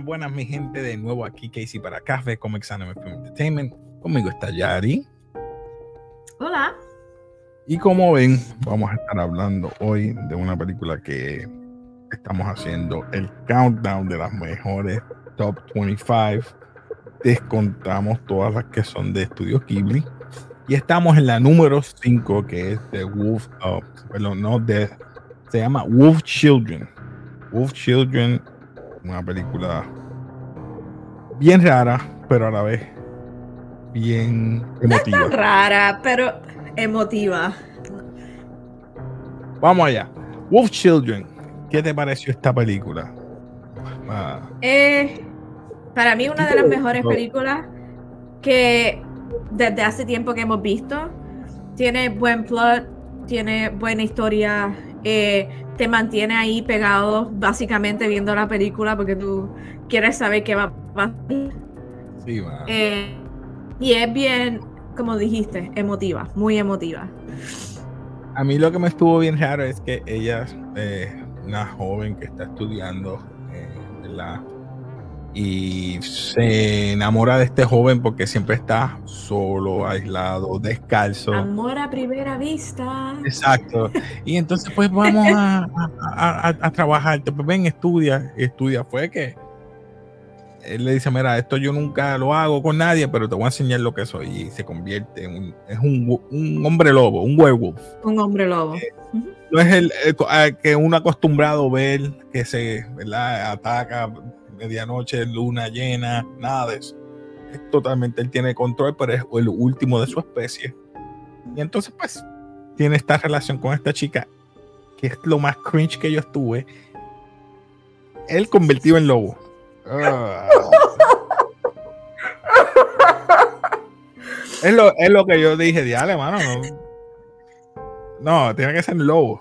buenas, mi gente. De nuevo aquí, Casey para Café Comics Anime Film Entertainment. Conmigo está Yari. Hola. Y como ven, vamos a estar hablando hoy de una película que estamos haciendo el countdown de las mejores top 25. Descontamos todas las que son de Estudio Ghibli. Y estamos en la número 5, que es The Wolf, se llama Wolf Children. Wolf Children, una película bien rara, pero a la vez bien emotiva. No es tan rara, pero emotiva. Vamos allá. Wolf Children, ¿qué te pareció esta película? Para mí una de las mejores películas que desde hace tiempo que hemos visto. Tiene buen plot, tiene buena historia, te mantiene ahí pegado básicamente viendo la película porque tú quieres saber qué va a pasar. Sí, man. Y es bien, como dijiste, emotiva, muy emotiva. A mí lo que me estuvo bien raro es que ella es una joven que está estudiando, ¿verdad? Y se enamora de este joven porque siempre está solo, aislado, descalzo. Amor a primera vista. Exacto. Y entonces pues vamos a trabajar. Pues ven, estudia. Fue que él le dice, mira, esto yo nunca lo hago con nadie, pero te voy a enseñar lo que soy. Y se convierte en un hombre lobo, un werewolf. Un hombre lobo. No es el que uno acostumbrado ver que se, ¿verdad?, ataca medianoche, luna llena, nada de eso. Es totalmente, él tiene control, pero es el último de su especie. Y entonces pues tiene esta relación con esta chica, que es lo más cringe que yo estuve. Él convertido en lobo. Es lo que yo dije, diale, mano, no, tiene que ser lobo.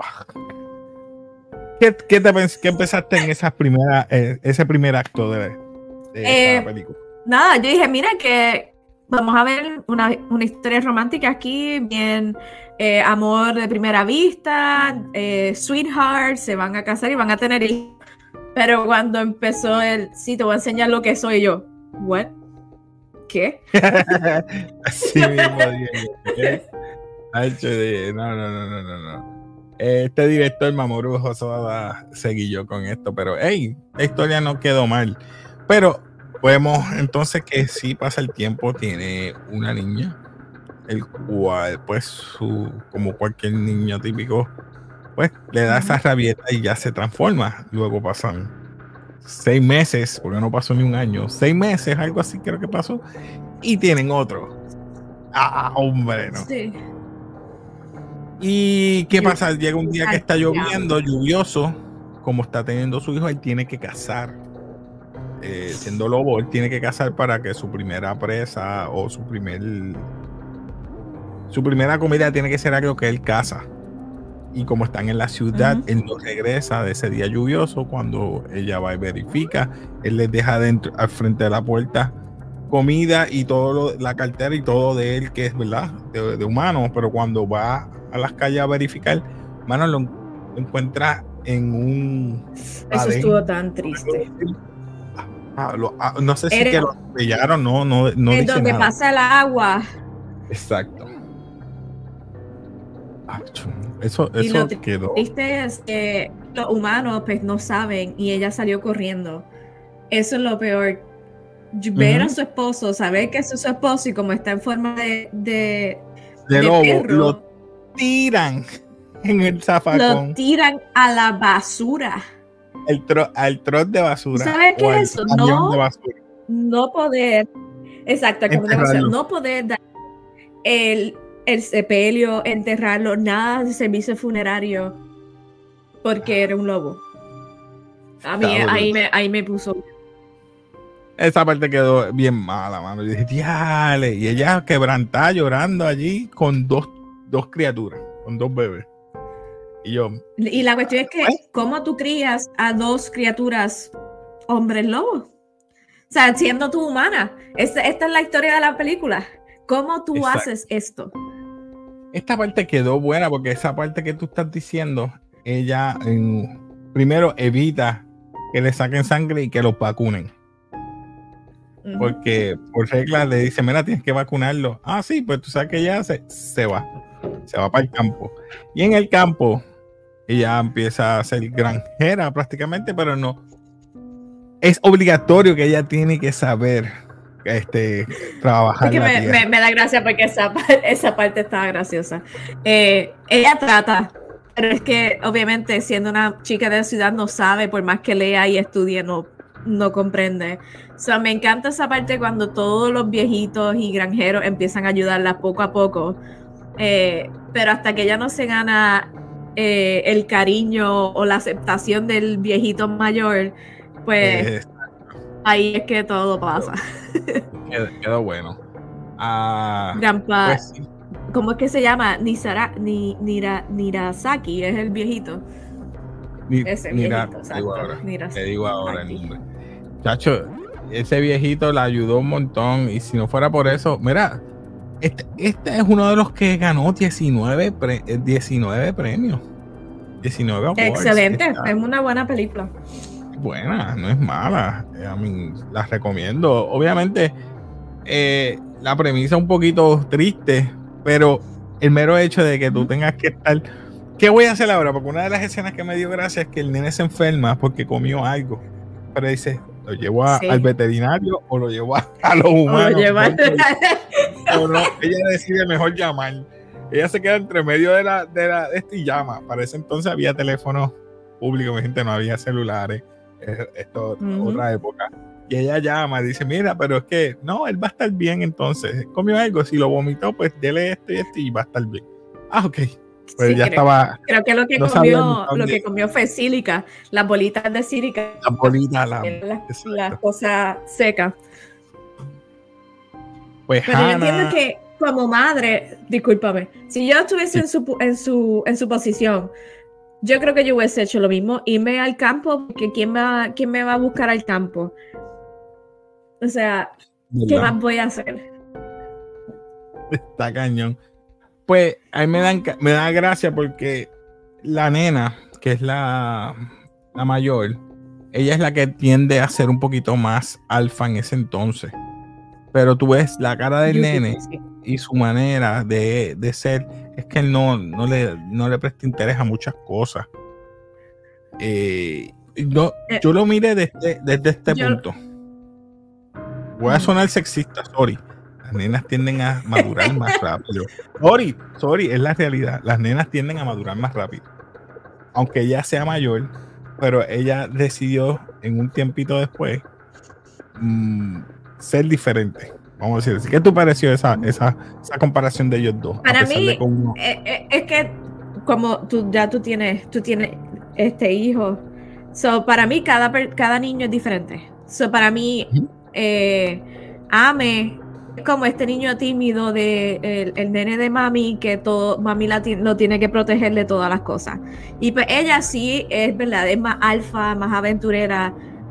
¿Qué empezaste en ese primer acto de esta película? Nada, yo dije, mira que vamos a ver una historia romántica aquí, bien, amor de primera vista, sweetheart, se van a casar y van a tener hijos. Pero cuando empezó sí, te voy a enseñar lo que soy yo. ¿What? ¿Qué? Así mismo dije. No. Este director Mamoru Hosoda seguí yo con esto, pero hey, la historia no quedó mal. Pero vemos entonces que sí pasa el tiempo, tiene una niña, el cual pues como cualquier niño típico, pues le da esa rabieta y ya se transforma. Luego pasan 6 meses, porque no pasó ni un año, 6 meses, algo así creo que pasó, y tienen otro. Hombre, no. Sí. ¿Y qué pasa? Llega un día que está lloviendo, lluvioso, como está teniendo su hijo, él tiene que cazar. Siendo lobo, él tiene que cazar para que su primera presa o su primera comida tiene que ser algo que él caza. Y como están en la ciudad, él no regresa de ese día lluvioso. Cuando ella va y verifica, él les deja dentro, al frente de la puerta, comida y todo la cartera y todo de él, que es verdad, de humano. Pero cuando va a las calles a verificar, mano, lo encuentra en un... Eso estuvo tan triste. No sé si que lo atropellaron, no es dice donde nada. pasa el agua. Exacto. Eso y lo quedó. triste es que los humanos pues no saben y ella salió corriendo. Eso es lo peor. Ver a su esposo, saber que es su esposo y como está en forma de lobo, perro, lo tiran en el zafacón. Lo tiran a la basura. Al trot de basura. ¿Sabes qué es eso? No poder. Exacto, no poder dar el sepelio, enterrarlo, nada de servicio funerario porque era un lobo. A mí ahí me puso. Esa parte quedó bien mala, mano. Y dije, diale. Y ella quebrantada llorando allí con dos criaturas, con 2 bebés. Y la cuestión es que, ¿cómo tú crías a 2 criaturas hombres lobos? O sea, siendo tú humana. Esta es la historia de la película. ¿Cómo tú haces esto? Esta parte quedó buena porque esa parte que tú estás diciendo, ella primero evita que le saquen sangre y que los vacunen. Porque por regla le dice, mira, tienes que vacunarlo. Ah, sí, pues tú sabes que ella se va para el campo. Y en el campo ella empieza a ser granjera prácticamente, pero no. Es obligatorio que ella tiene que saber trabajar. Es que me da gracia porque esa parte estaba graciosa. Ella trata, pero es que obviamente siendo una chica de la ciudad no sabe, por más que lea y estudie, no comprende. So, me encanta esa parte cuando todos los viejitos y granjeros empiezan a ayudarla poco a poco, pero hasta que ella no se gana el cariño o la aceptación del viejito mayor, pues ahí es que todo pasa. Quedó bueno. Grandpa, pues, sí. ¿Cómo es que se llama? Nirasaki es el viejito. Ese viejito, te digo ahora el nombre. Chacho, ese viejito la ayudó un montón y si no fuera por eso, mira, este es uno de los que ganó 19 premios. 19 awards. Excelente, es una buena película. Buena, no es mala. La recomiendo. Obviamente, la premisa es un poquito triste, pero el mero hecho de que tú tengas que estar. ¿Qué voy a hacer ahora? Porque una de las escenas que me dio gracia es que el nene se enferma porque comió algo. Pero dice, ¿lo llevo al veterinario o lo llevo a los humanos? No, ella decide mejor llamar. Ella se queda entre medio de y llama. Para ese entonces había teléfonos públicos, mi gente, no había celulares. Esto otra época. Y ella llama y dice, mira, pero es que no, él va a estar bien entonces. Comió algo, si lo vomitó, pues dele esto y va a estar bien. Ah, ok. Pues sí, ya estaba. Creo que lo que comió fue sílica, las bolitas de sílica. Las bolitas, las cosas secas. Pues pero yo entiendo que como madre, discúlpame, si yo estuviese en su posición, yo creo que yo hubiese hecho lo mismo, irme al campo, porque ¿quién me va a buscar al campo? O sea, ¿verdad? ¿Qué más voy a hacer? Está cañón. Pues a mí me da gracia porque la nena, que es la mayor, ella es la que tiende a ser un poquito más alfa en ese entonces. Pero tú ves la cara del nene y su manera de ser, es que él no le presta interés a muchas cosas. Yo lo miré desde este punto. Voy a sonar sexista, sorry. Las nenas tienden a madurar más rápido. Sorry, es la realidad. Las nenas tienden a madurar más rápido. Aunque ella sea mayor, pero ella decidió en un tiempito después ser diferente. Vamos a decir así. ¿Qué te pareció esa comparación de ellos dos? Para mí, es que como tú tienes este hijo. So, para mí, cada niño es diferente. So, para mí, Ame es como este niño tímido de el nene de mami, que mami lo tiene que proteger de todas las cosas. Y pues ella sí es verdad, es más alfa, más aventurera,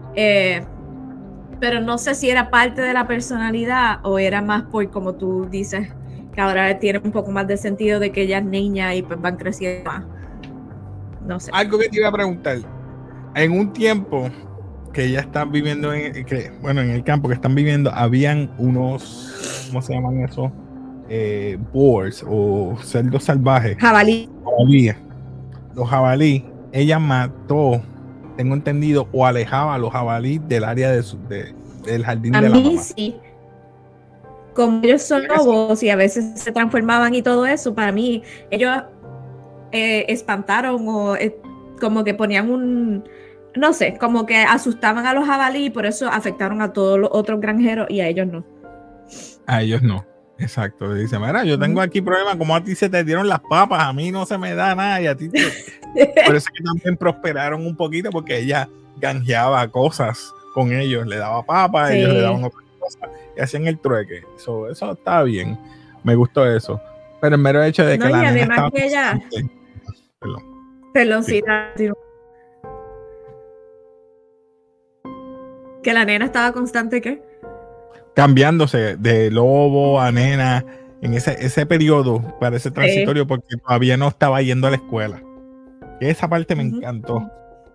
pero no sé si era parte de la personalidad o era más por, como tú dices, que ahora tiene un poco más de sentido de que ella es niña y pues van creciendo más. No sé. Algo que te iba a preguntar, en un tiempo que ya están viviendo en el campo que están viviendo, habían unos, ¿cómo se llaman esos? Boars o cerdos salvajes. Jabalí. Los jabalí, ella mató, tengo entendido, o alejaba a los jabalí del área del jardín de la mamá. A mí sí. Como ellos son lobos y a veces se transformaban y todo eso, para mí, ellos espantaron o como que ponían no sé, como que asustaban a los jabalí y por eso afectaron a todos los otros granjeros y a ellos no. A ellos no, exacto. Le dice, mira, yo tengo aquí problemas, como a ti se te dieron las papas, a mí no se me da nada y a ti por eso es que también prosperaron un poquito porque ella granjeaba cosas con ellos, le daba papas, ellos le daban otras cosas y hacían el trueque. Eso estaba bien, me gustó eso. Pero el mero hecho de que la nena estaba que ella... Perdón, sí. Que la nena estaba constante, ¿qué? Cambiándose de lobo a nena en ese periodo, parece transitorio porque todavía no estaba yendo a la escuela. Y esa parte me encantó.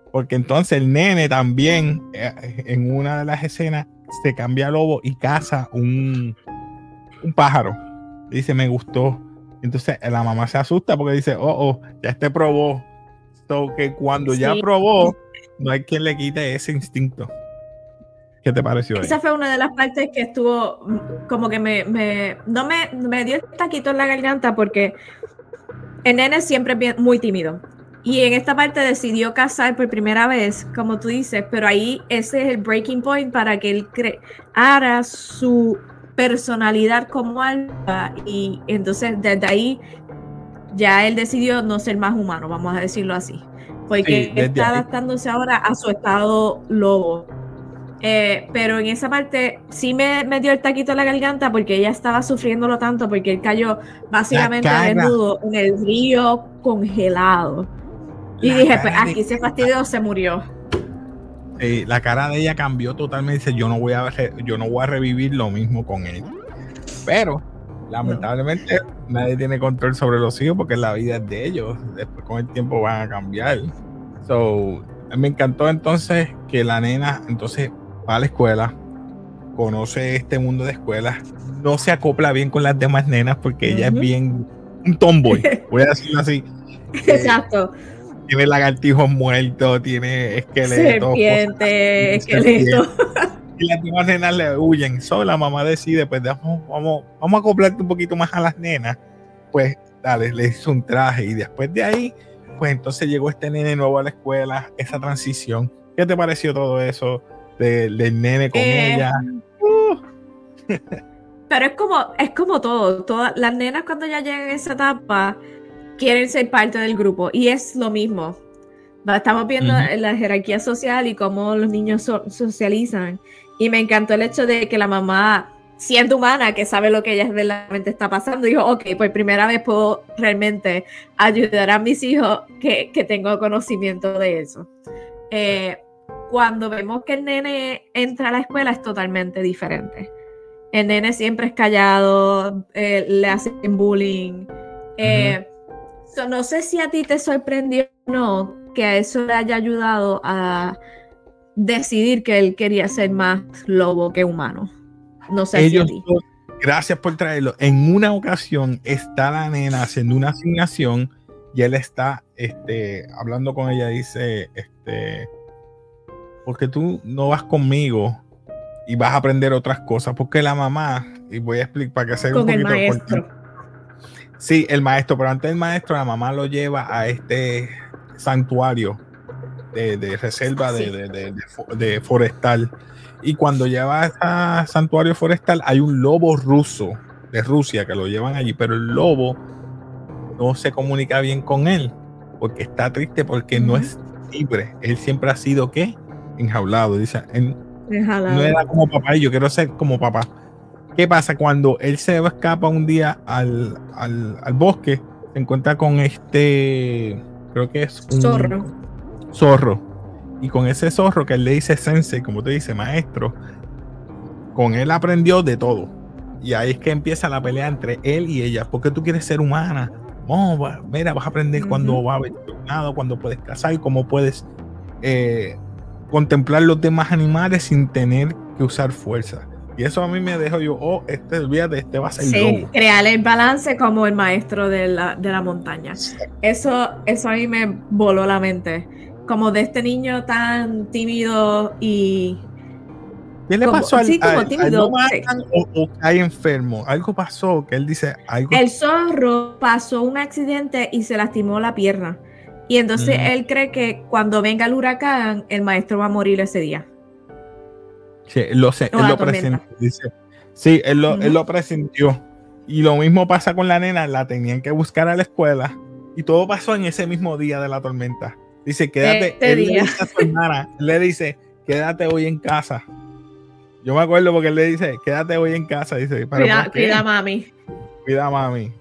Porque entonces el nene también, en una de las escenas, se cambia a lobo y caza un pájaro. Dice, me gustó. Entonces la mamá se asusta porque dice, ya probó. So que cuando ya probó, no hay quien le quite ese instinto. ¿Qué te pareció ahí? Esa fue una de las partes que estuvo como que me dio el taquito en la garganta, porque el nene siempre es muy tímido. Y en esta parte decidió cazar por primera vez, como tú dices, pero ahí ese es el breaking point para que él creara su personalidad como alfa, y entonces desde ahí ya él decidió no ser más humano, vamos a decirlo así, porque está adaptándose ahora a su estado lobo. Pero en esa parte sí me dio el taquito en la garganta, porque ella estaba sufriéndolo tanto, porque él cayó básicamente desnudo en el río congelado. Y dije, pues aquí se fastidió, se murió. La cara de ella cambió totalmente. Dice, yo no voy a revivir lo mismo con él. Pero lamentablemente nadie tiene control sobre los hijos, porque la vida es de ellos. Después con el tiempo van a cambiar. So, me encantó entonces que la nena entonces va a la escuela, conoce este mundo de escuelas, no se acopla bien con las demás nenas porque ella es bien un tomboy, voy a decirlo así. Exacto. Tiene lagartijos muertos, tiene esqueletos, serpiente, esqueletos. Y las demás nenas le huyen. So, la mamá decide, pues vamos a acoplarte un poquito más a las nenas. Pues dale, le hizo un traje, y después de ahí, pues entonces llegó este nene nuevo a la escuela, esa transición. ¿Qué te pareció todo eso del nene con ella? Pero es como todo. Todas las nenas, cuando ya llegan a esa etapa, quieren ser parte del grupo, y es lo mismo. Estamos viendo la jerarquía social y cómo los niños socializan, y me encantó el hecho de que la mamá, siendo humana, que sabe lo que ella realmente está pasando, dijo, ok, por primera vez puedo realmente ayudar a mis hijos que tengo conocimiento de eso. Cuando vemos que el nene entra a la escuela, es totalmente diferente. El nene siempre es callado, le hacen bullying. No sé si a ti te sorprendió o no que a eso le haya ayudado a decidir que él quería ser más lobo que humano. No sé si a ti. Gracias por traerlo. En una ocasión está la nena haciendo una asignación y él está hablando con ella. Dice, porque tú no vas conmigo y vas a aprender otras cosas, porque la mamá, y voy a explicar para que sea un poquito maestro. Sí, el maestro, pero antes del maestro, la mamá lo lleva a este santuario de reserva de forestal. Y cuando lleva a ese santuario forestal, hay un lobo ruso de Rusia que lo llevan allí, pero el lobo no se comunica bien con él, porque está triste, porque no es libre. Él siempre ha sido, ¿qué? Enjaulado. Dice, no era como papá, y yo quiero ser como papá. ¿Qué pasa? Cuando él se escapa un día al bosque, se encuentra con creo que es un zorro. Y con ese zorro que él le dice sensei, como te dice, maestro, con él aprendió de todo. Y ahí es que empieza la pelea entre él y ella. ¿Por qué tú quieres ser humana? No, mira, vas a aprender cuando va a haber nada, cuando puedes cazar, cómo puedes contemplar los demás animales sin tener que usar fuerza. Y eso a mí me dejó yo, olvídate, va a ser lobo. Crear el balance como el maestro de la montaña. Eso a mí me voló la mente. Como de este niño tan tímido y... ¿Qué le pasó al tímido? ¿O cae enfermo? Algo pasó, que él dice algo. El zorro pasó un accidente y se lastimó la pierna. Y entonces él cree que cuando venga el huracán, el maestro va a morir ese día. Sí, él lo presentó. Dice, sí, él lo presintió. Y lo mismo pasa con la nena, la tenían que buscar a la escuela. Y todo pasó en ese mismo día de la tormenta. Dice, quédate. Él le dice a su hermana, le dice, quédate hoy en casa. Yo me acuerdo porque él le dice, quédate hoy en casa. Dice, cuida mami. Cuida mami.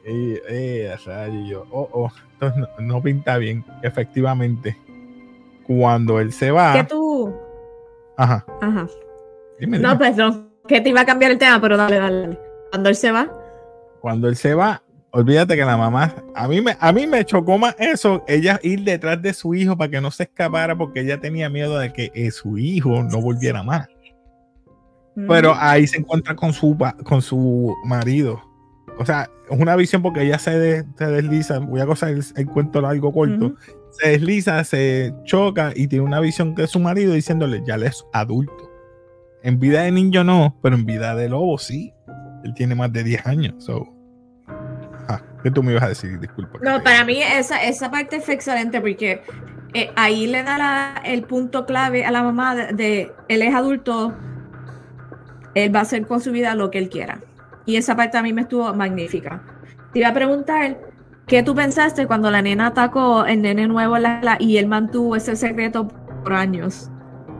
Y yo, entonces no pinta bien. Efectivamente, cuando él se va. ¿Qué tú? Ajá. Dime. Que te iba a cambiar el tema, pero dale. Cuando él se va, olvídate que la mamá, a mí me chocó más eso, ella ir detrás de su hijo para que no se escapara porque ella tenía miedo de que su hijo no volviera más. Pero ahí se encuentra con su marido. O sea, es una visión porque ella se desliza. Voy a gozar el cuento largo corto. Se desliza, se choca y tiene una visión de su marido diciéndole, ya él es adulto. En vida de niño no, pero en vida de lobo sí. Él tiene más de 10 años. So. ¿Qué tú me ibas a decir? Disculpa. No, para mí esa parte fue excelente porque ahí le da el punto clave a la mamá de él es adulto, él va a hacer con su vida lo que él quiera. Y esa parte a mí me estuvo magnífica. Te iba a preguntar, ¿qué tú pensaste cuando la nena atacó el nene nuevo y él mantuvo ese secreto por años?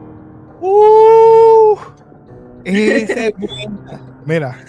Ese mira,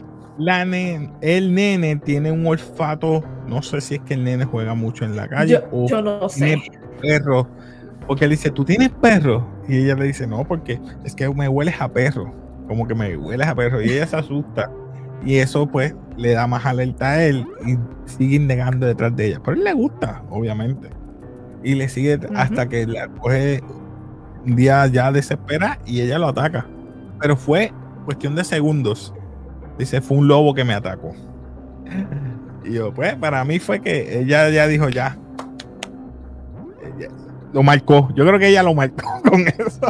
el nene tiene un olfato, no sé si es que el nene juega mucho en la calle yo no sé. Perro, porque él dice, ¿tú tienes perro? Y ella le dice, no, porque es que me hueles a perro, como que me hueles a perro, y ella se asusta. Y eso pues le da más alerta a él y sigue indagando detrás de ella. Pero a él le gusta, obviamente. Y le sigue hasta que la coge un día, ya desespera y ella lo ataca. Pero fue cuestión de segundos. Dice, fue un lobo que me atacó. Y yo, pues, para mí fue que ella ya dijo, ya. Ella lo marcó. Yo creo que ella lo marcó con eso.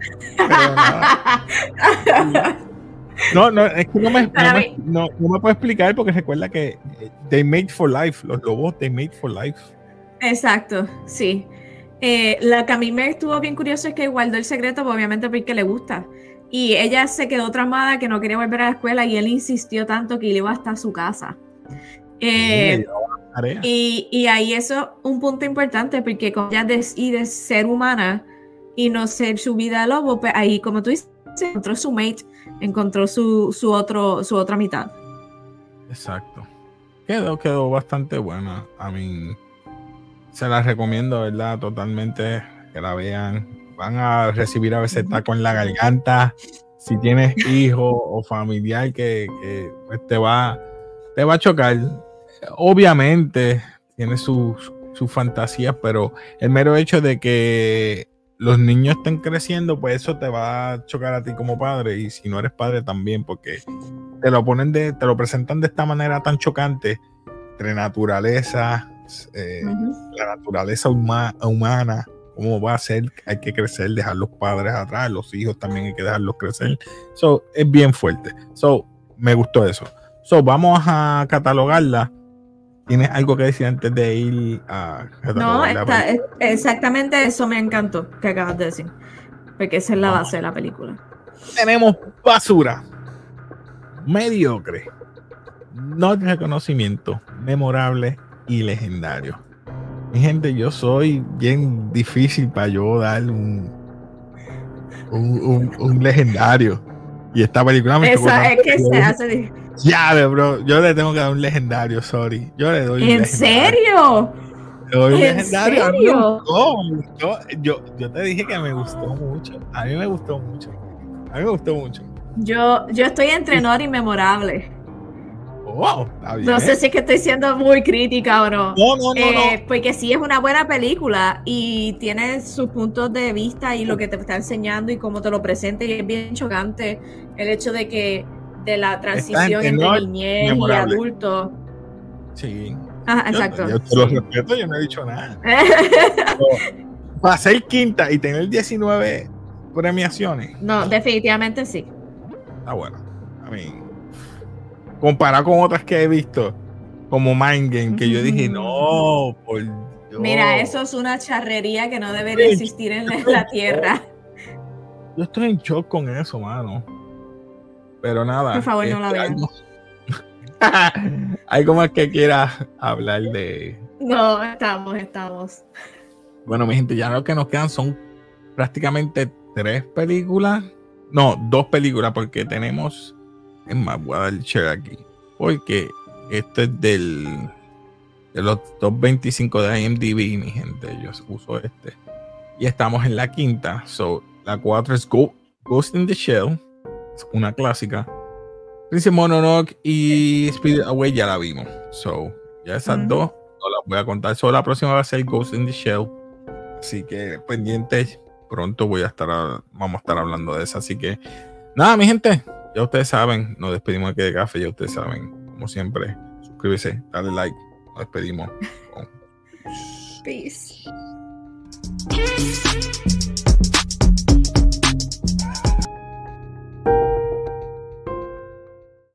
No, es que no me puedo explicar porque recuerda que they made for life, los lobos they made for life. Exacto, sí. Lo que a mí me estuvo bien curioso es que guardó el secreto, pues, obviamente porque le gusta. Y ella se quedó traumada, que no quería volver a la escuela y él insistió tanto que le iba hasta su casa. Y ahí eso es un punto importante porque como ella decide ser humana y no ser su vida de lobo, pues ahí, como tú dices, encontró su mate, encontró su otra mitad. Exacto. Quedó bastante buena. A mí se la recomiendo, ¿verdad? Totalmente que la vean. Van a recibir a veces taco en la garganta. Si tienes hijo o familiar que pues te va a chocar. Obviamente tiene sus fantasías, pero el mero hecho de que los niños estén creciendo, pues eso te va a chocar a ti como padre, y si no eres padre también, porque te lo presentan de esta manera tan chocante, entre naturaleza, la naturaleza humana, cómo va a ser, hay que crecer, dejar los padres atrás, los hijos también hay que dejarlos crecer. So, es bien fuerte. So, me gustó eso. So, vamos a catalogarla. ¿Tienes algo que decir antes de ir a catalogarla? No, exactamente eso me encantó que acabas de decir, porque esa es la base de la película. Tenemos basura, mediocre, no de reconocimiento, memorable y legendario. Mi gente, yo soy bien difícil para yo dar un legendario. Y esta película me tocó. Es que se hace difícil. Ya, bro, yo le tengo que dar un legendario, sorry. Yo le doy un ¿En serio? Le doy un ¿En legendario. serio? Me gustó. Yo te dije que me gustó mucho. A mí me gustó mucho. Yo estoy entre honor y memorable. Wow, está bien. No sé si es que estoy siendo muy crítica o no. No. Porque sí es una buena película y tiene sus puntos de vista y lo que te está enseñando y cómo te lo presenta, y es bien chocante el hecho de que de la transición entre niñez y adulto. Sí. Ajá, exacto. Yo te lo respeto, yo no he dicho nada. Para ser quinta y tener 19 premiaciones. No, definitivamente sí. Está bueno. A mí, comparado con otras que he visto, como Mind Game, que yo dije, no, por Dios. Mira, eso es una charrería que no debería existir en la tierra. Yo estoy en shock con eso, mano. Pero nada. Por favor, no la vean. ¿Algo más que quieras hablar de? No, estamos. Bueno, mi gente, ya lo que nos quedan son prácticamente 3 películas. No, 2 películas, porque tenemos. Es más, voy a dar el share aquí. Porque esto es de los top 25 de IMDb, mi gente. Yo uso este. Y estamos en la quinta. So, la 4 es Ghost in the Shell. Es una clásica. Princess Mononoke y Spirit Away ya la vimos. So, ya esas dos no las voy a contar. So, la próxima va a ser Ghost in the Shell. Así que pendientes. Pronto vamos a estar hablando de eso. Así que, nada, mi gente. Ya ustedes saben. Nos despedimos aquí de café. Ya ustedes saben. Como siempre, suscríbete, dale like. Nos despedimos. Peace.